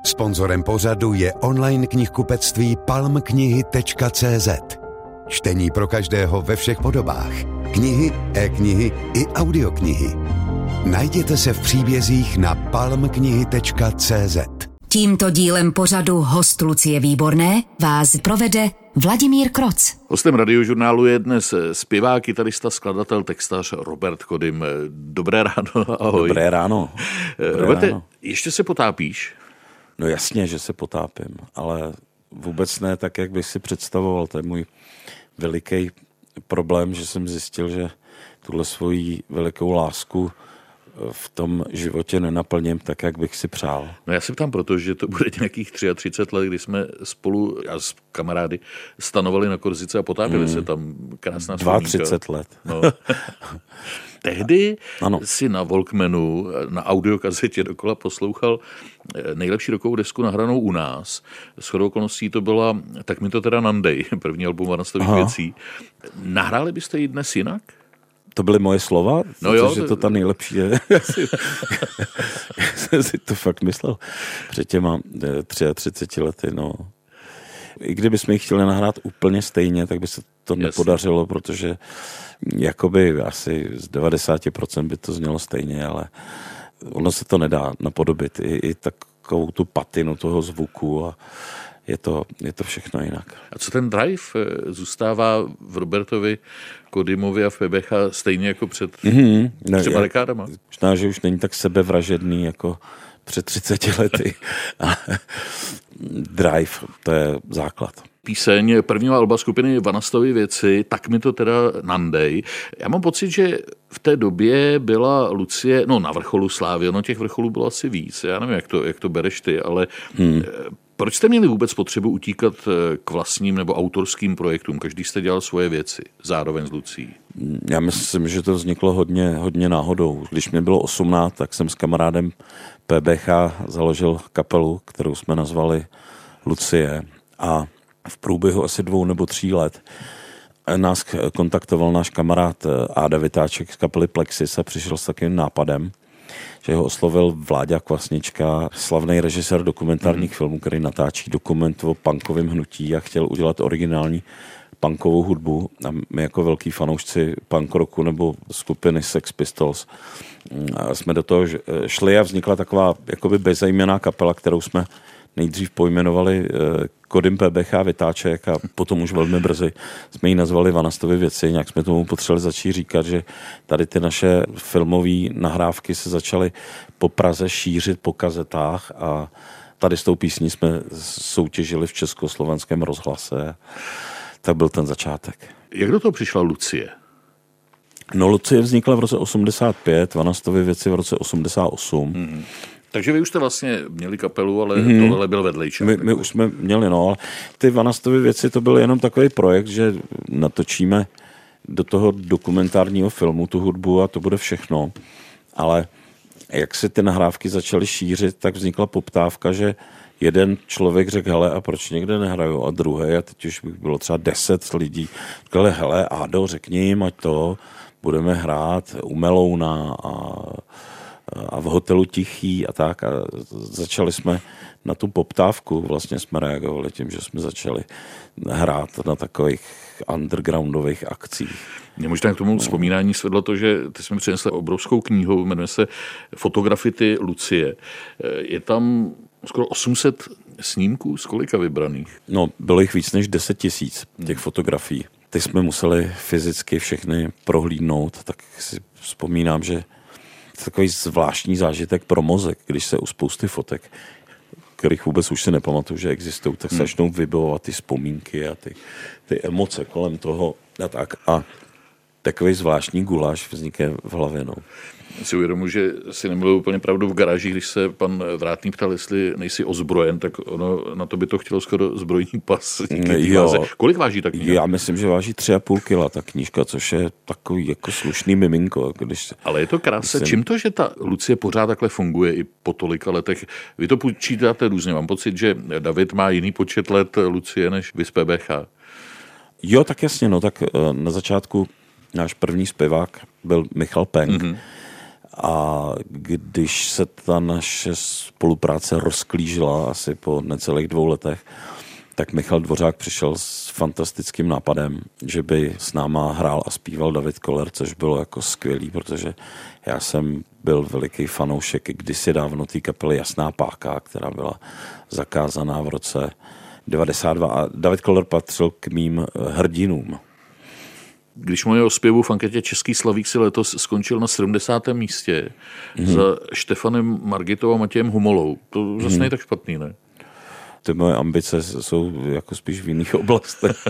Sponzorem pořadu je online knihkupectví palmknihy.cz. Čtení pro každého ve všech podobách. Knihy, e-knihy i audioknihy. Najděte se v příbězích na palmknihy.cz. Tímto dílem pořadu Host Lucie Výborné vás provede Vladimír Kroc. Hostem Radiožurnálu je dnes zpěvák, kytarista, skladatel, textař Robert Kodym. Dobré ráno, ahoj. Dobré ráno. Roberte, ještě se potápíš? No jasně, že se potápím, ale vůbec ne tak, jak bych si představoval. To je můj veliký problém, že jsem zjistil, že tuhle svoji velikou lásku v tom životě nenaplním tak, jak bych si přál. No já se ptám proto, že to bude nějakých 33 let, kdy jsme spolu, já s kamarády, stanovali na Korsice a potápili se tam. Krásná vzpomínka. 32 let. No. Tehdy ano. si na Walkmanu, na audiokazetě dokola poslouchal nejlepší rockovou desku nahranou u nás. Shodou okolností to byla Tak mi to teda nandej, první album Vanastových věcí. Nahráli byste ji dnes jinak? To byly moje slova? No jo. Že to ta nejlepší je. Já jsem si to fakt myslel před těma 33 lety, no. I kdybychom ji chtěli nahrát úplně stejně, tak by se to nepodařilo, protože jakoby asi z 90% by to znělo stejně, ale ono se to nedá napodobit. I takovou tu patinu toho zvuku a je to všechno jinak. A co ten drive zůstává v Robertovi Kodymovi a v PBH stejně jako před třeba dekádama? Možná, že už není tak sebevražedný jako před 30 lety. Drive, to je základ. Píseň prvního alba skupiny Vanastovy věci, Tak mi to teda nandej. Já mám pocit, že v té době byla Lucie, na vrcholu slávy, těch vrcholů bylo asi víc. Já nevím, jak to bereš ty, ale proč jste měli vůbec potřebu utíkat k vlastním nebo autorským projektům? Každý jste dělal svoje věci, zároveň s Lucí. Já myslím, že to vzniklo hodně náhodou. Když mi bylo 18, tak jsem s kamarádem PBH založil kapelu, kterou jsme nazvali Lucie, a v průběhu asi 2 nebo 3 let nás kontaktoval náš kamarád Áda Vytáček z kapely Plexis a přišel s takovým nápadem, že ho oslovil Vláďa Kvasnička, slavný režisér dokumentárních filmů, který natáčí dokument o punkovém hnutí a chtěl udělat originální punkovou hudbu. A my jako velký fanoušci punk rocku nebo skupiny Sex Pistols jsme do toho šli a vznikla taková jakoby bezejmenná kapela, kterou jsme nejdřív pojmenovali Kodym PBH Vytáček a potom už velmi brzy jsme ji nazvali Vanastovy věci. Nějak jsme tomu potřebovali začít říkat, že tady ty naše filmové nahrávky se začaly po Praze šířit po kazetách a tady s tou písní jsme soutěžili v Československém rozhlase. Tak byl ten začátek. Jak do toho přišla Lucie? No, Lucie vznikla v roce 85, Vanastovy věci v roce 88. Takže vy už jste vlastně měli kapelu, ale tohle byl vedlejšák. My už jsme měli, ale ty Vanastovy věci to byl jenom takový projekt, že natočíme do toho dokumentárního filmu tu hudbu a to bude všechno. Ale jak se ty nahrávky začaly šířit, tak vznikla poptávka, že jeden člověk řekl, hele, a proč někde nehraju? A druhý, a teď už bylo třeba 10 lidí, řekli, hele, Ádo, řekni jim, ať to budeme hrát u Melouna a v hotelu Tichý a tak. A začali jsme na tu poptávku, vlastně jsme reagovali tím, že jsme začali hrát na takových undergroundových akcích. Mě možná k tomu vzpomínání svedlo to, že ty jsme přinesli obrovskou knihu, jmenuje se Fotografity Lucie. Je tam skoro 800 snímků, z kolika vybraných? No, bylo jich víc než 10 000 těch fotografií. Ty jsme museli fyzicky všechny prohlídnout, tak si vzpomínám, že takový zvláštní zážitek pro mozek, když se u spousty fotek, kterých vůbec už si nepamatuju, že existují, tak se začnou vybavovat ty vzpomínky a ty emoce kolem toho a tak. A takový zvláštní guláš vznikne v hlavě. Si uvědomuji, že si nemluvil úplně pravdu v garáži, když se pan Vrátný ptal, jestli nejsi ozbrojen, tak ono na to by to chtělo skoro zbrojní pas. Kolik váží ta kniha? Já myslím, že váží 3,5 kila ta knížka, což je takový jako slušný miminko. Ale je to krása. Čím to, že ta Lucie pořád takhle funguje i po tolika letech? Vy to počítáte různě. Mám pocit, že David má jiný počet let Lucie než vy z PBH. Jo, tak jasně. Tak na začátku náš první zpěvák byl Michal Penk. A když se ta naše spolupráce rozklížila asi po necelých 2 letech, tak Michal Dvořák přišel s fantastickým nápadem, že by s náma hrál a zpíval David Koller, což bylo jako skvělý, protože já jsem byl veliký fanoušek kdysi dávno té kapely Jasná páka, která byla zakázaná v roce 92 a David Koller patřil k mým hrdinům. Když mluvíme o zpěvu v anketě Český slavík si letos skončil na 70. místě za Štefanem Margitou a Matějem Humolou. To zase není tak špatný, ne? Ty moje ambice jsou jako spíš v jiných oblastech.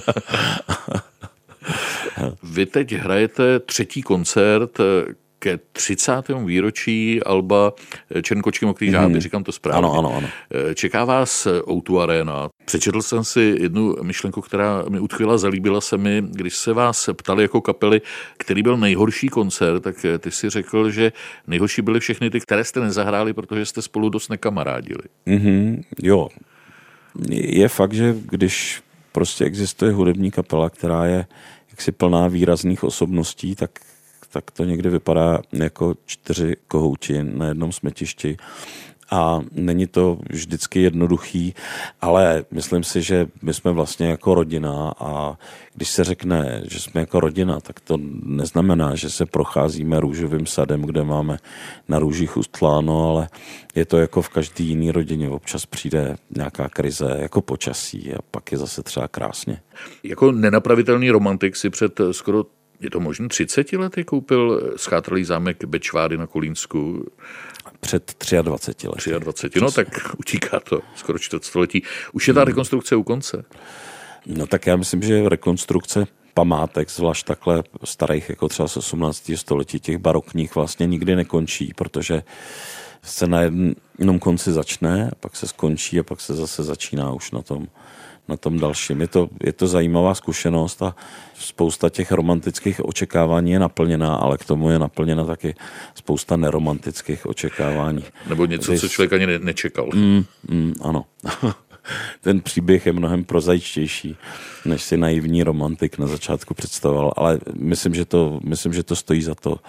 Vy teď hrajete 3. koncert ke 30. výročí alba Černkočky mokrý žáby, říkám to správně. Ano. Čeká vás O2 Arena. Přečetl jsem si jednu myšlenku, která mi utkvěla, zalíbila se mi, když se vás ptali jako kapely, který byl nejhorší koncert, tak ty si řekl, že nejhorší byly všechny ty, které jste nezahráli, protože jste spolu dost nekamarádili. Jo. Je fakt, že když prostě existuje hudební kapela, která je jaksi plná výrazných osobností, tak to někdy vypadá jako 4 kohouti na jednom smetišti. A není to vždycky jednoduchý, ale myslím si, že my jsme vlastně jako rodina a když se řekne, že jsme jako rodina, tak to neznamená, že se procházíme růžovým sadem, kde máme na růžích ustláno, ale je to jako v každé jiné rodině. Občas přijde nějaká krize, jako počasí a pak je zase třeba krásně. Jako nenapravitelný romantik si před skoro, je to možná 30 lety koupil schátralý zámek Bečvády na Kolínsku. Před 23 lety. 23, no tak utíká to skoro 400letí. Už je ta rekonstrukce u konce? No tak já myslím, že rekonstrukce památek, zvlášť takhle starých, jako třeba z 18. století, těch barokních vlastně nikdy nekončí, protože se na jednom konci začne, pak se skončí a pak se zase začíná už na tom dalším. Je to zajímavá zkušenost a spousta těch romantických očekávání je naplněná, ale k tomu je naplněna taky spousta neromantických očekávání. Nebo něco, co člověk ani nečekal. Ano. Ten příběh je mnohem prozaičtější, než si naivní romantik na začátku představoval, ale myslím, že to stojí za to.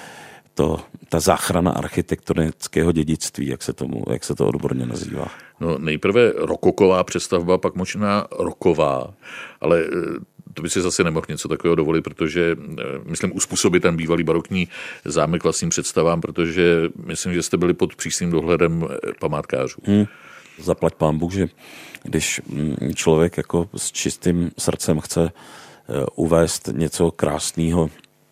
Ta záchrana architektonického dědictví, jak se to odborně nazývá. No, nejprve rokoková přestavba, pak možná roková, ale to by si zase nemohl něco takového dovolit, protože myslím uspůsobit ten bývalý barokní zámek vlastním představám, protože myslím, že jste byli pod přísným dohledem památkářů. Zaplať pán Bůh, že když člověk jako s čistým srdcem chce uvést něco krásného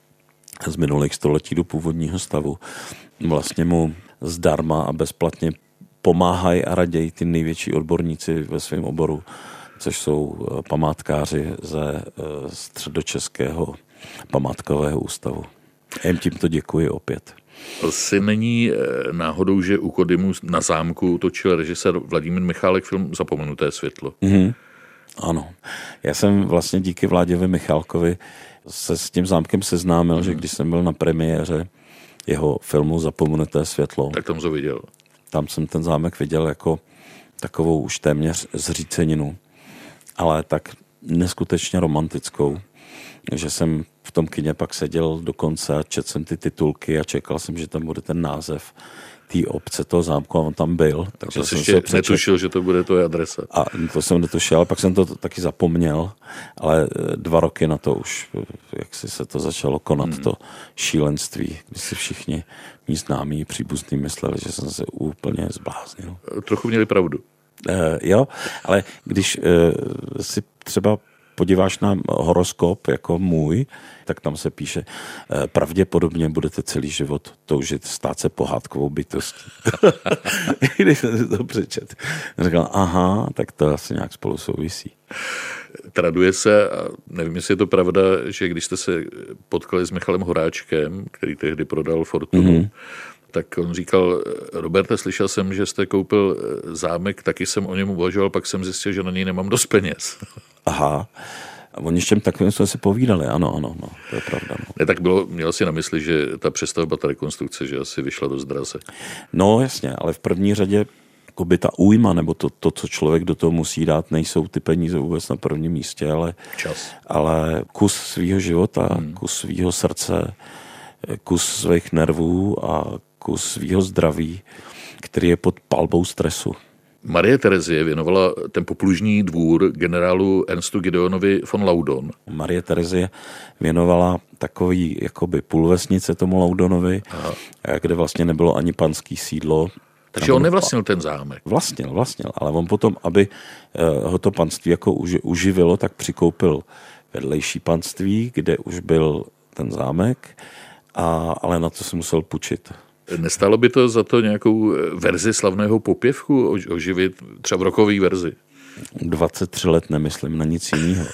z minulých století do původního stavu, vlastně mu zdarma a bezplatně pomáhají a raději ty největší odborníci ve svém oboru, což jsou památkáři ze Středočeského památkového ústavu. Já jim tímto děkuji opět. Asi není náhodou, že u Kodymu na zámku točil režisér Vladimír Michálek film Zapomenuté světlo. Ano. Já jsem vlastně díky Vláďovi Michálkovi se s tím zámkem seznámil, že když jsem byl na premiéře jeho filmu Zapomenuté světlo, tak tam to viděl. Tam jsem ten zámek viděl jako takovou už téměř zříceninu, ale tak neskutečně romantickou, že jsem v tom kině pak seděl dokonce a četl jsem ty titulky a čekal jsem, že tam bude ten název té obce, toho zámku a on tam byl. Takže to jsem ještě netušil, že to bude tvoje adresa. A to jsem netušil, ale pak jsem to taky zapomněl, ale 2 roky na to už, jak si se to začalo konat, to šílenství, kdy si všichni mí známí příbuzní mysleli, že jsem se úplně zbláznil. Trochu měli pravdu. Jo, ale když si třeba podíváš na horoskop jako můj, tak tam se píše, pravděpodobně budete celý život toužit stát se pohádkovou bytostí. Když jsem si to přečet, říkal, aha, tak to asi nějak spolu souvisí. Traduje se, a nevím, jestli je to pravda, že když jste se potkali s Michalem Horáčkem, který tehdy prodal Fortunu, tak on říkal, Roberte, slyšel jsem, že jste koupil zámek, taky jsem o něm uvažoval, pak jsem zjistil, že na něj nemám dost peněz. Aha. A o něčem takovým jsme si povídali, ano, to je pravda. No. Ne, tak měl si na mysli, že ta přestavba, ta rekonstrukce, že asi vyšla dost draze. No jasně, ale v první řadě by ta újma, nebo to, co člověk do toho musí dát, nejsou ty peníze vůbec na prvním místě, čas. Ale kus svýho života, kus svýho srdce, kus svých nervů a kus svýho zdraví, který je pod palbou stresu. Marie Terezie věnovala ten poplužní dvůr generálu Ernstu Gideonovi von Laudon. Marie Terezie věnovala takový jakoby půlvesnice tomu Laudonovi, kde vlastně nebylo ani panský sídlo. Takže on nevlastnil ten zámek. Vlastnil, ale on potom, aby ho to panství jako uživilo, tak přikoupil vedlejší panství, kde už byl ten zámek, ale na to se musel půjčit. Nestálo by to za to nějakou verzi slavného popěvku oživit, třeba v rockové verzi? 23 let nemyslím na nic jiného.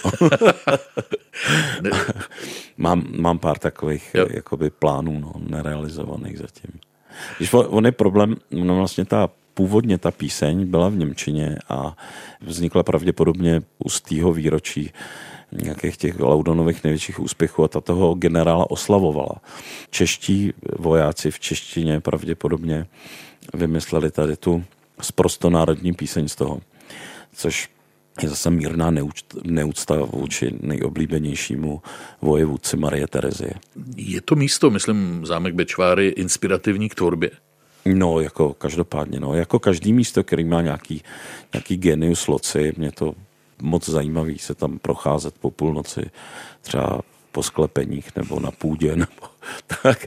mám pár takových jakoby plánů, nerealizovaných zatím. Když on je problém, vlastně původně ta píseň byla v němčině a vznikla pravděpodobně u 100. výročí nějakých těch Laudonových největších úspěchů a ta toho generála oslavovala. Čeští vojáci v češtině pravděpodobně vymysleli tady tu sprostonárodní píseň z toho, což je zase mírná neúcta vůči nejoblíbenějšímu vojevůdci Marie Terezie. Je to místo, myslím, zámek Bečváry, inspirativní k tvorbě? No, jako každopádně, jako každý místo, který má nějaký genius loci, mě to moc zajímavý se tam procházet po půlnoci, třeba po sklepeních nebo na půdě, nebo tak.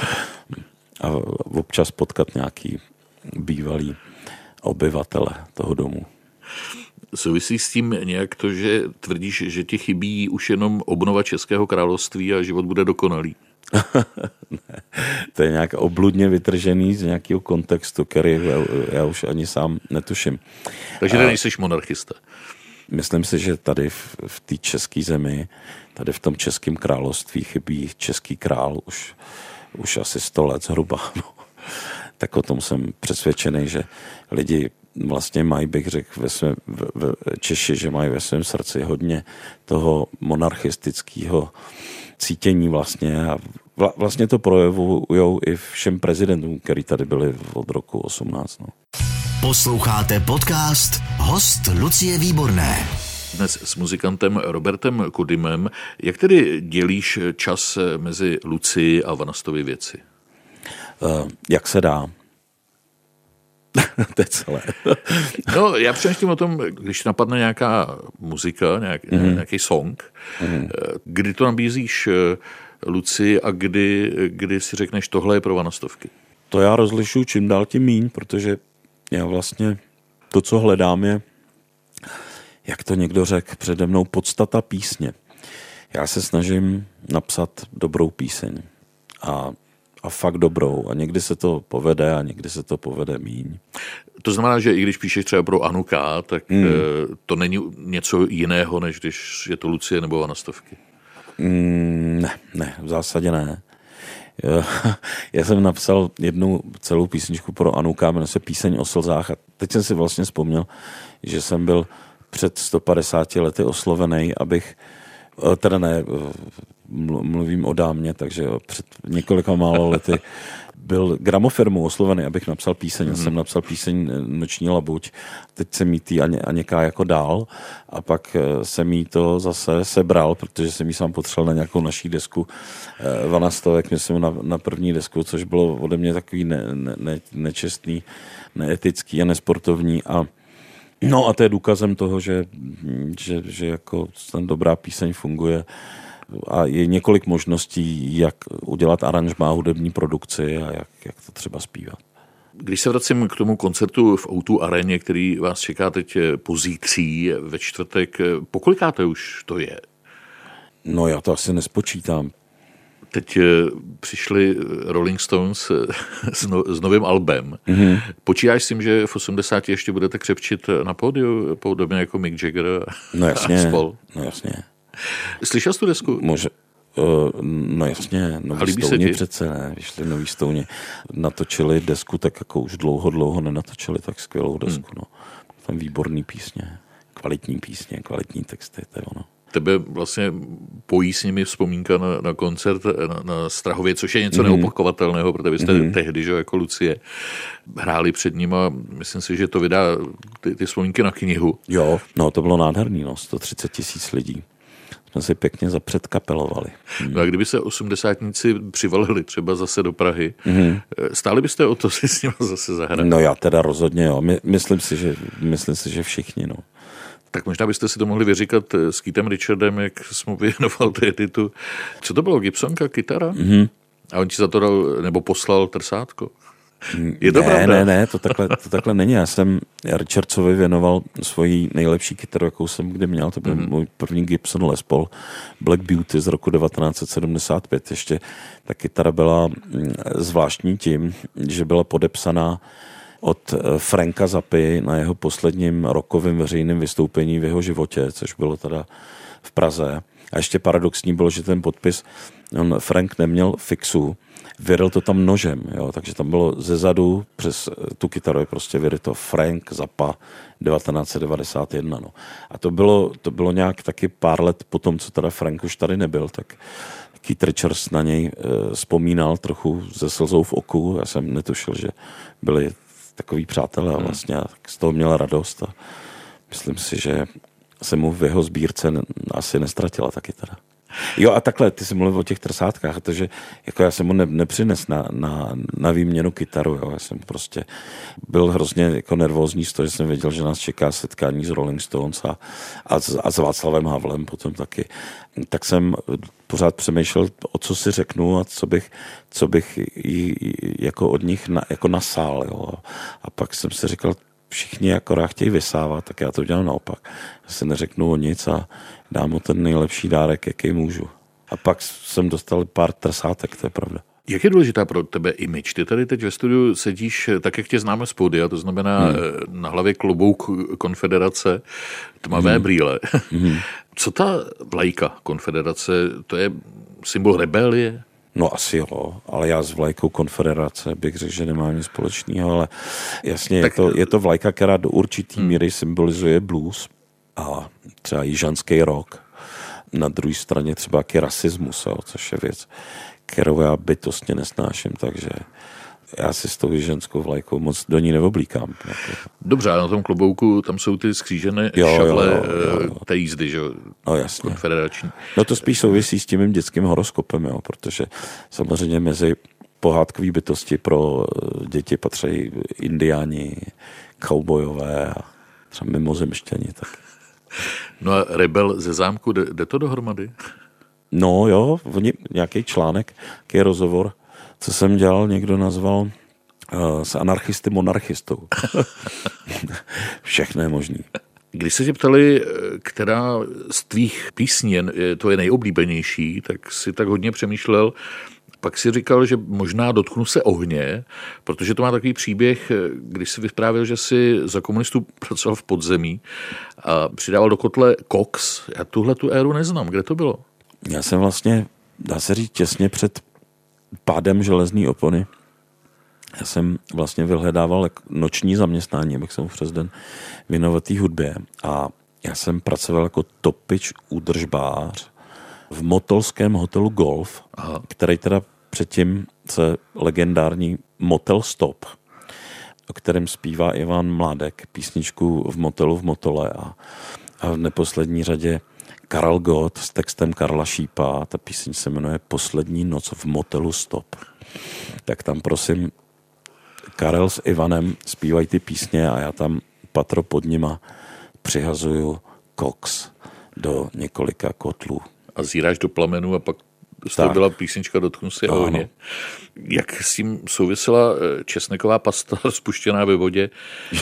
A občas potkat nějaký bývalý obyvatele toho domu. Souvisí s tím nějak to, že tvrdíš, že ti chybí už jenom obnova Českého království a život bude dokonalý? Ne, to je nějak obludně vytržený z nějakého kontextu, který já už ani sám netuším. Takže nejseš monarchista? Myslím si, že tady v té české zemi, tady v tom českém království chybí český král už asi 100 let zhruba. Tak o tom jsem přesvědčený, že lidi vlastně mají, bych řekl, Češi, že mají ve svém srdci hodně toho monarchistického cítění vlastně a vlastně to projevujou i všem prezidentům, který tady byli od roku 18. No. Posloucháte podcast Host Lucie Výborné. Dnes s muzikantem Robertem Kudymem. Jak tedy dělíš čas mezi Lucii a Vanastovy věci? Jak se dá. To je celé. No, já přemýšlím o tom, když napadne nějaká muzika, nějaký song, kdy to nabízíš Lucii a kdy si řekneš, tohle je pro Vanastovky. To já rozlišuju čím dál tím míň, protože já vlastně to, co hledám, je, jak to někdo řekl přede mnou, podstata písně. Já se snažím napsat dobrou píseň a fakt dobrou. A někdy se to povede a někdy se to povede míň. To znamená, že i když píšeš třeba pro Anu K., tak to není něco jiného, než když je to Lucie nebo Vanastovky? Ne, v zásadě ne. Já jsem napsal jednu celou písničku pro Anu K., jmenuje se Píseň o slzách a teď jsem si vlastně vzpomněl, že jsem byl před 150 lety oslovený, abych, teda ne, mluvím o dámě, takže před několika málo lety byl gramofirmou oslovený, abych napsal píseň. Já jsem napsal píseň Noční labuť, teď jsem jí tý Aněká jako dál a pak jsem jí to zase sebral, protože jsem jí sám potřeboval na nějakou naší desku Vanastovek, myslím na první desku, což bylo ode mě takový nečestný, neetický a nesportovní no a to je důkazem toho, že jako ten dobrá píseň funguje a je několik možností, jak udělat aranžmá, hudební produkci a jak to třeba zpívat. Když se vracím k tomu koncertu v O2 aréně, který vás čeká teď pozítří ve čtvrtek, pokolikáte už to je? No já to asi nespočítám. Teď přišli Rolling Stones s novým albem. Počítáš s tím, že v 80 ještě budete křepčit na pódiu, podobně jako Mick Jagger a spol? No jasně. Slyšel jsi tu desku? No jasně, Noví Stouni přece ne, vyšli Noví Stouni. Natočili desku tak jako už dlouho nenatočili tak skvělou desku. No. Tam výborný písně, kvalitní texty, to je ono. Tebe vlastně pojí s nimi vzpomínka na koncert na Strahově, což je něco neopakovatelného, protože vy jste tehdy, že jako Lucie, hráli před ním a myslím si, že to vydá ty vzpomínky na knihu. Jo, no to bylo nádherný, 130 000 lidí. jsme si pěkně zapředkapelovali. No a kdyby se osmdesátníci přivalili třeba zase do Prahy, stáli byste o to si s nimi zase zahrát? No já teda rozhodně, jo. Myslím si, že všichni, no. Tak možná byste si to mohli vyříkat s Keithem Richardem, jak jsi mu věnoval ty editu. Co to bylo, Gibsonka, kytara? A on ti za to dal, nebo poslal trsátko? Je to pravda? Ne, to takhle není. Já jsem Richardsovi věnoval svoji nejlepší kytaru, jakou jsem kdy měl. To byl můj první Gibson Les Paul Black Beauty z roku 1975. Ještě ta kytara byla zvláštní tím, že byla podepsaná od Franka Zappy na jeho posledním rokovém veřejném vystoupení v jeho životě, což bylo teda v Praze. A ještě paradoxní bylo, že ten podpis, Frank neměl fixu, vyryl to tam nožem, jo, takže tam bylo zezadu přes tu kytaru je prostě vyryto Frank Zappa 1991. No. A to bylo nějak taky pár let potom, co teda Frank už tady nebyl, tak Keith Richards na něj vzpomínal trochu ze slzou v oku. Já jsem netušil, že byli takový přátelé a vlastně tak z toho měla radost a myslím si, že se mu v jeho sbírce asi nestratila ta kytara. Jo a takhle, ty jsi mluvil o těch trsátkách, protože jako já jsem mu nepřines na výměnu kytaru, jo. Já jsem prostě byl hrozně jako nervózní z toho, že jsem věděl, že nás čeká setkání s Rolling Stones a s Václavem Havlem potom taky. Tak jsem pořád přemýšlel, o co si řeknu a co bych jako od nich jako nasál, jo. A pak jsem si říkal, všichni akorát chtějí vysávat, tak já to dělám naopak. Já si neřeknu o nic a dám mu ten nejlepší dárek, jaký můžu. A pak jsem dostal pár trsátek, to je pravda. Jak je důležitá pro tebe image? Ty tady teď ve studiu sedíš tak, jak tě známe z pódia, to znamená na hlavě klobouk Konfederace, tmavé brýle. Co ta vlajka Konfederace, to je symbol rebelie? No asi jo, ale já s vlajkou Konfederace bych řekl, že nemám nic společného, ale jasně tak, je to vlajka, která do určitý míry symbolizuje blues a třeba jižanský rock. Na druhé straně třeba jaký rasismus, jo, což je věc, kterou já bytostně nesnáším, takže já si s tou jižanskou vlajkou moc do ní neoblíkám. Dobře, na tom klobouku tam jsou ty skřížené šavle té jízdy, že jo? No jasně. Konfederační. No to spíš souvisí s tím mým dětským horoskopem, jo, protože samozřejmě mezi pohádkový bytosti pro děti patří indiáni, kaubojové a třeba mimozemšťani. Tak. No a Rebel ze zámku, jde to dohromady? No jo, nějaký článek, nějaký rozhovor, co jsem dělal, někdo nazval s anarchisty monarchistou. Všechno je možný. Když se tě ptali, která z tvých písní je tvoje nejoblíbenější, tak si tak hodně přemýšlel. Pak si říkal, že možná Dotknu se ohně, protože to má takový příběh, když si vyprávěl, že si za komunistů pracoval v podzemí a přidával do kotle koks. Já tu éru neznám. Kde to bylo? Já jsem vlastně, dá se říct, těsně před pádem železné opony. Já jsem vlastně vyhledával noční zaměstnání, abych se mu přes den věnoval té hudbě. A já jsem pracoval jako topič údržbář v motolském hotelu Golf, který teda předtím se legendární Motel Stop, o kterém zpívá Ivan Mládek písničku v motelu v Motole a v neposlední řadě Karel Gott s textem Karla Šípa. Ta píseň se jmenuje Poslední noc v motelu Stop. Tak tam prosím Karel s Ivanem zpívají ty písně a já tam patro pod nima přihazuju koks do několika kotlů. A zíráš do plamenu a pak z toho byla písnička Dotknu si ohně. Jak s tím souvisela česneková pasta rozpuštěná ve vodě?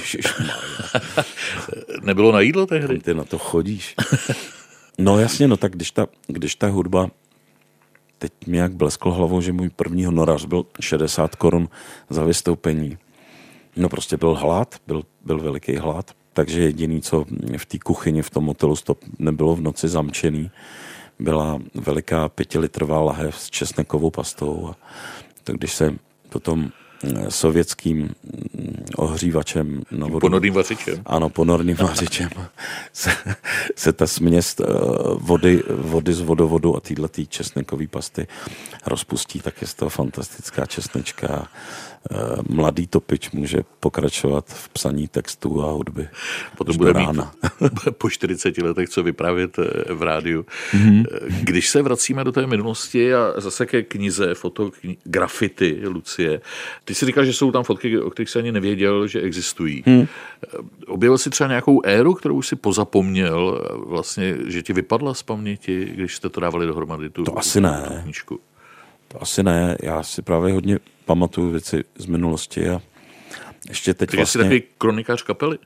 Nebylo na jídlo tehdy? Ty na to chodíš. No jasně, no tak když ta hudba, teď mi jak blesklo hlavou, že můj první honorář byl 60 korun za vystoupení. No prostě byl hlad, byl veliký hlad, takže jediný, co v té kuchyni v tom Motelu Stop nebylo v noci zamčený, byla veliká 5litrová lahev s česnekovou pastou. A to když se potom sovětským ohřívačem na vodu... Ponorným vařičem. Ano, ponorným vařičem. se ta směs vody z vodovodu a týhletý česnekový pasty rozpustí, tak je z toho fantastická česnečka, mladý topič může pokračovat v psaní textů a hudby. Potom bude mít po 40 letech co vyprávět v rádiu. Když se vracíme do té minulosti a zase ke knize graffiti Lucie, ty si říkal, že jsou tam fotky, o kterých jsi ani nevěděl, že existují. Objevil jsi třeba nějakou éru, kterou už si pozapomněl, vlastně, že ti vypadla z paměti, když jste to dávali dohromady? To asi ne. Knížku. To asi ne. Já si právě hodně pamatuju věci z minulosti a ještě teď Takže jsi takový kronikář kapely?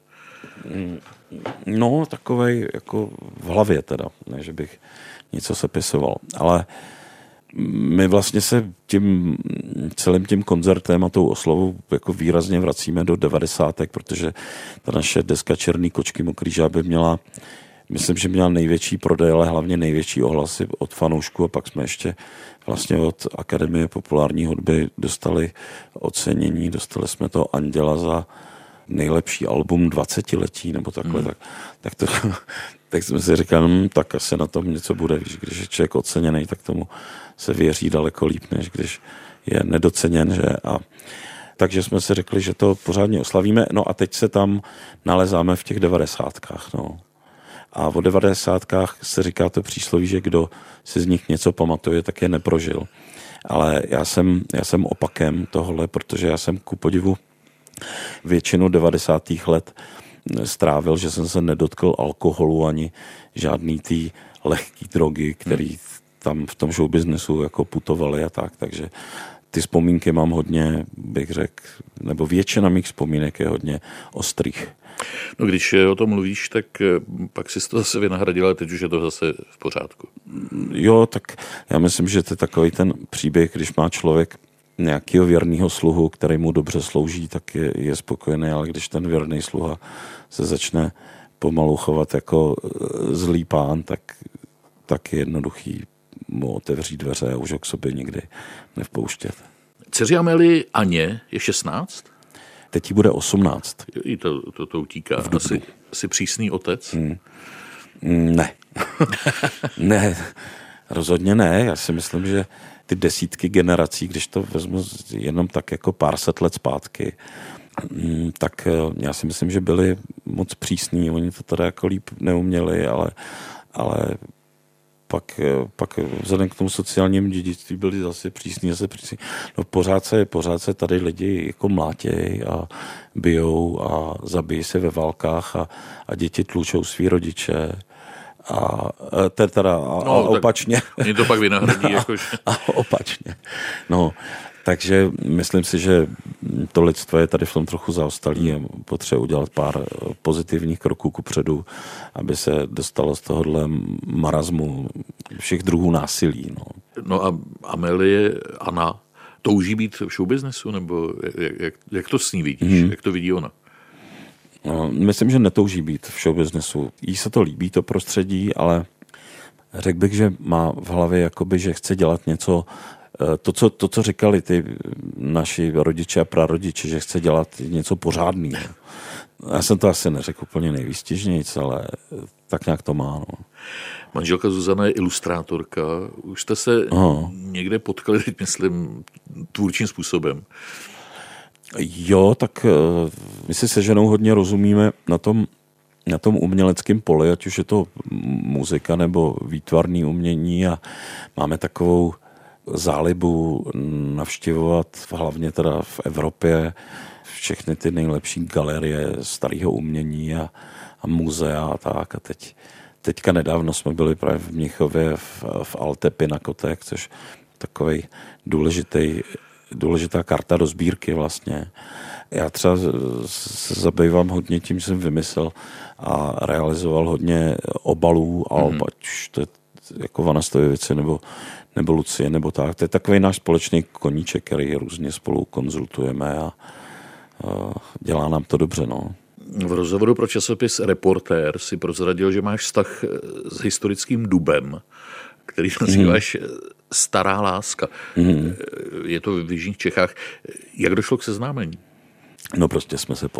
No, takovej jako v hlavě teda, ne, že bych něco sepisoval. Ale my vlastně se celým tím koncertem a tou oslavou jako výrazně vracíme do 90. protože ta naše deska Černý kočky, mokrý žáby měla, myslím, že měla největší prodej, ale hlavně největší ohlasy od fanoušků a pak jsme ještě vlastně od Akademie populární hudby dostali ocenění, dostali jsme to Anděla za nejlepší album 20letí nebo takhle, tak jsme si říkali, tak asi na tom něco bude, když je člověk oceněný, tak tomu se věří daleko líp, než když je nedoceněn, že? A takže jsme si řekli, že to pořádně oslavíme, no a teď se tam nalezáme v těch 90kách, no. A o 90kách se říká to přísloví, že kdo si z nich něco pamatuje, tak je neprožil. Ale já jsem opakem tohle, protože já jsem ku podivu většinu 90. let strávil, že jsem se nedotkl alkoholu ani žádný tý lehký drogy, který tam v tom showbiznesu jako putovaly a tak, takže ty vzpomínky mám hodně, bych řekl, nebo většina mých vzpomínek je hodně ostrých. No když o tom mluvíš, tak pak si to zase vynahradil, ale teď už je to zase v pořádku. Jo, tak já myslím, že to je takový ten příběh, když má člověk nějakého věrného sluhu, který mu dobře slouží, tak je spokojený, ale když ten věrný sluha se začne pomalu chovat jako zlý pán, tak je jednoduchý mu otevřít dveře a už ho k sobě nikdy nevpouštět. Dceři Amélie Aně je 16? Teď jí bude 18. I to utíká. Asi přísný otec? Ne. Ne, rozhodně ne. Já si myslím, že ty desítky generací, když to vezmu jenom tak jako pár set let zpátky, tak já si myslím, že byli moc přísní. Oni to teda jako líp neuměli, ale pak vzhledem k tomu sociálnímu dědictví byli zase přísní. No pořád se tady lidi jako mlátějí a bijou a zabijí se ve válkách a děti tlučou svý rodiče a opačně. Oni to pak vynahradí. A opačně. No, takže myslím si, že to lidstvo je tady v tom trochu zaostalý a potřebuje udělat pár pozitivních kroků kupředu, aby se dostalo z tohohle marazmu všech druhů násilí. No a Amélie Anna touží být v showbiznesu, nebo jak to s ní vidíš? Jak to vidí ona? No, myslím, že netouží být v showbiznesu. Jí se to líbí, to prostředí, ale řekl bych, že má v hlavě jakoby, že chce dělat něco. To, co říkali ty naši rodiče a prarodiče, že chce dělat něco pořádného. Já jsem to asi neřekl úplně nejvýstižnějc, ale tak nějak to má. No. Manželka Zuzana je ilustrátorka. Už jste se někde potkali, teď myslím, tvůrčím způsobem. Jo, tak my si se ženou hodně rozumíme na tom uměleckém poli, ať už je to muzika nebo výtvarný umění a máme takovou zálibu navštěvovat hlavně teda v Evropě všechny ty nejlepší galerie starého umění a muzea a tak. A teďka nedávno jsme byli právě v Mnichově v Alte Pinakotek, což takovej důležitá karta do sbírky vlastně. Já třeba se zabývám hodně tím, že jsem vymyslel a realizoval hodně obalů alb, ať už to je jako Vanastojevice nebo Lucie, nebo tak. To je takový náš společný koníček, který různě spolu konzultujeme a dělá nám to dobře, no. V rozhovoru pro časopis Reportér si prozradil, že máš vztah s historickým dubem, který nazýváš Stará láska. Je to v jižních Čechách. Jak došlo k seznámení? No prostě jsme se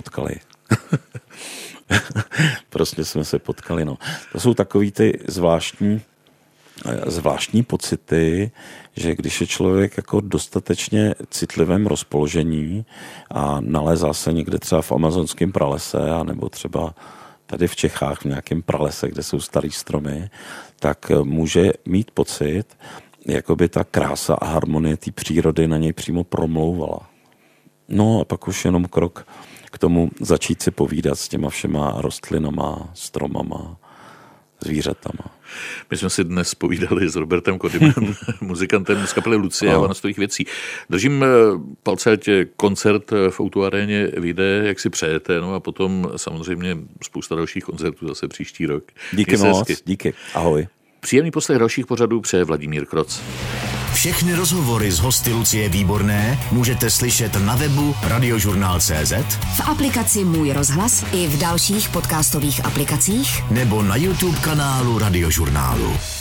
potkali. No. To jsou takový ty zvláštní zvláštní pocity, že když je člověk jako dostatečně citlivém rozpoložení a nalézá se někde třeba v amazonském pralese, anebo třeba tady v Čechách v nějakém pralese, kde jsou starý stromy, tak může mít pocit, jako by ta krása a harmonie té přírody na něj přímo promlouvala. No a pak už jenom krok k tomu začít si povídat s těma všema rostlinama, stromama, zvířatama. My jsme si dnes povídali s Robertem Kodymem, muzikantem z kapely Lucie a Vanastových věcí. Držím palce, ať koncert v O2 aréně vyjde, jak si přejete, no a potom samozřejmě spousta dalších koncertů zase příští rok. Díky moc, díky, ahoj. Příjemný poslech dalších pořadů přeje Vladimír Kroc. Všechny rozhovory s hosty Lucie Výborné můžete slyšet na webu Radiožurnál.cz, v aplikaci Můj rozhlas i v dalších podcastových aplikacích nebo na YouTube kanálu Radiožurnálu.